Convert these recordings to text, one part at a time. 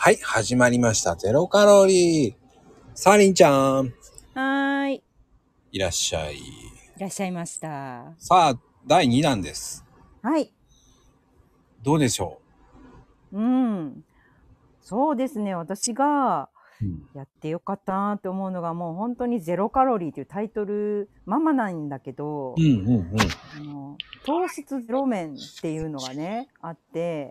はい、始まりました。ゼロカロリー。サリンちゃん。 はーい。 いらっしゃい。 いらっしゃいました。 さあ、第2弾です。 はい。 どうでしょうん。そうですね。私がう？うん。 やってよかったなって思うのが、もう本当にゼロカロリーというタイトルままなんだけど、 うん。 糖質ゼロ麺っていうのがね、あって、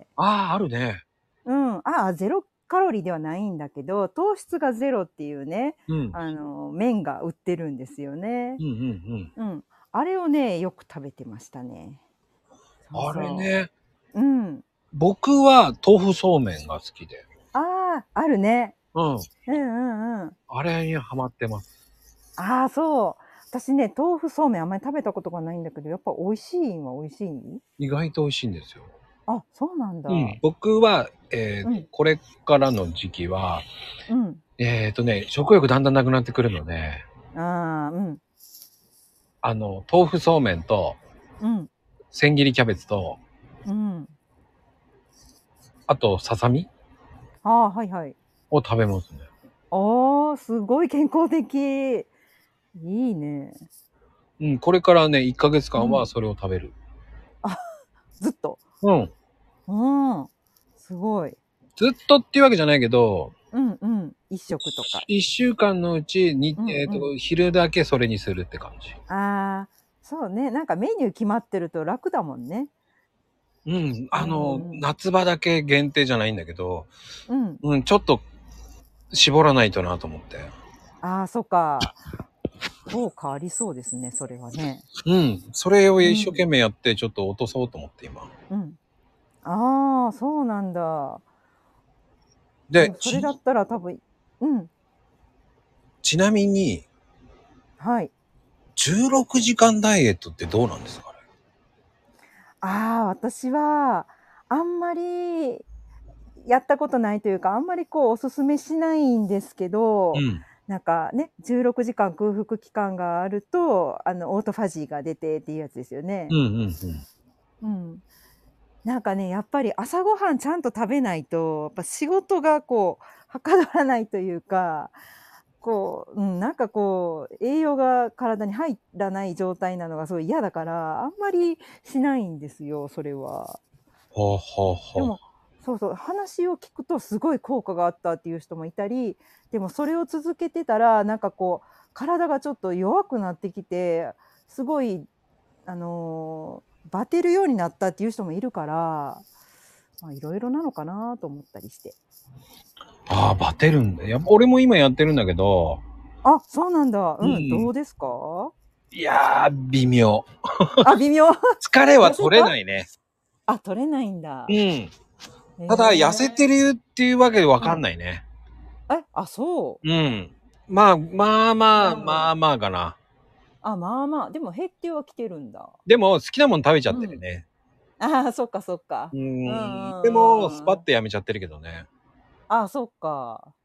ああ、あるね。 ゼロカロリーではないんだけど、糖質がゼロっていうね、 うん。 麺が売ってるんですよね。 うん。 うん。あれをね、よく食べてましたね。そうあれそね。 う。うん。 僕は豆腐そうめんが好きで。 ああ、あるね。 うん。 うん。 あれにハマってます。 ああ、そう。私ね、豆腐そうめんあんまり食べたことがないんだけど、やっぱ美味しいんは美味しい？ 意外と美味しいんですよ。 あ、そうなんだ。 うん。僕は、 うん、 これからの時期は、 うん。 食欲だんだんなくなってくるので、 ああ、うん、 豆腐そうめんと、 うん、 千切りキャベツと、 うん。 あと、ささみああ、はいはい。 を食べますね。 ああ、すごい健康的。いいね。 うん、これからね、1ヶ月間はうん。 それを食べる。 あ、ずっと。 うん。 うん。すごい。 ずっとっていうわけじゃないけど、 一食とか。 1週間のうちに、 うんうん。 昼だけそれにするって感じ。 ああ、そうね。なんかメニュー決まってると楽だもんね。 うん。 うん。 夏場だけ限定じゃないんだけど、 うん。 うん、ちょっと絞らないとなと思って。 ああ、そっか。効果ありそうですね、それはね。 うん。それを一生うん、 懸命やって、ちょっと落とそうと思って今。 うん。ああ、そうなんだ。でで、 もそれだったら多分うん、 ちなみに、 はい。 16時間ダイエットってどうなんですかね？ ああ、私はあんまりやったことないというか、あんまりこうお勧めしないんですけど、 うん。 なんかね、16時間空腹期間があると、オートファジーが出てっていうやつですよね。 うん。 うん。なんかね、やっぱり朝ごはんちゃんと食べないと、やっぱ仕事がこう、はかどらないというか、なんかこう、栄養が体に入らない状態なのがすごい嫌だから、あんまりしないんですよ、それは。 ほうほうほう。 でも、そうそう、話を聞くとすごい効果があったっていう人もいたり、でもそれを続けてたら、なんかこう、体がちょっと弱くなってきて、すごい、バテるようになったっていう人もいるから、まあ、いろいろなのかなと思ったりして。 ああ、バテるんだ。俺も今やってるんだけど、 あ、そうなんだ。うん、 うん。 どうですか？ いやー、微妙。 あ、微妙。 疲れは取れ痩せた？ ないね。 あ、取れないんうだ。 ん。 へただ、痩せてえ。 るっていうわけでわうん。 かんないね。 あ、そう。 うん。まあかな。 あ、まあまあ、でも減ってはきてるんだ。 でも、好きなもの食べちゃってうん。 るね。 ああ、そっかそっか。 ううんうん。でも、スパッんうん。 とやめちゃってるけどね。 あ、そっか。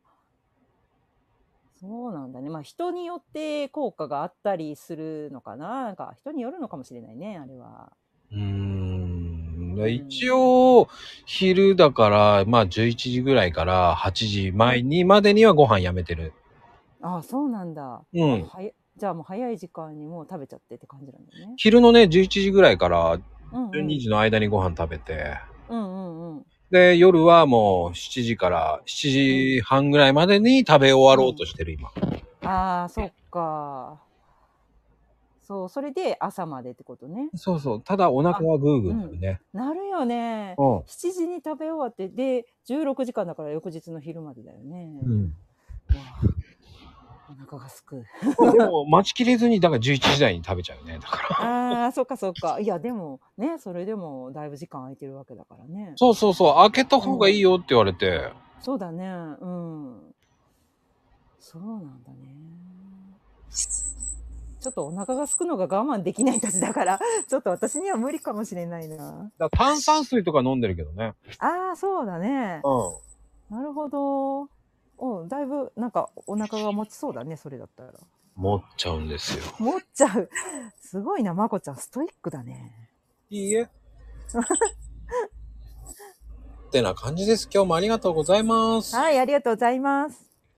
そうなんだね。まあ、人によって効果があったりするのかな。なんか、人によるのかもしれないね、あれは。う一ん。 応、昼だから、まあ11時ぐらいから8時前うん。 にまでにはご飯やめてる。 あ、そうなんだ。あ、 うん。 じゃあもう早い時間にもう食べちゃってって感じなんだね。 昼のね、11時ぐらいから12 うんうん。 時の間にご飯食べて、 うん。 で、夜はもう7時から7 うん。 時半ぐらいまでに食べ終わろうとうん。 してる、今。 ああ、そっか。そう、それで朝までってことね。 そうそう。ただお腹あ、 はグーグうん。 ーなるね。 なるよね。 うん。 7時に食べ終わって、で、16時間だから翌日の昼までだよね。 うん。 わあ、お腹がすく。 まあでも、待ちきれずに、だから11時台に食べちゃうね。だから。 ああ、そっかそっか。いや、でも、ね、それでもだいぶ時間空いてるわけだからね。 そう。開けたうん。 方がいいよって言われて。 そうだね。うん。そうなんだね。ちょっとお腹が空くのが我慢できないたちだから、ちょっと私には無理かもしれないな。 だから炭酸水とか飲んでるけどね。 ああ、そうだね。 うん。 なるほど。だいぶなんかお腹が持ちそうだね、それだったら。 持っちゃうんですよ。 持っちゃう。すごいな、まこちゃん、ストイックだね。 いいえ。 ってな感じです。今日もありがとうございます。 はい、ありがとうございます。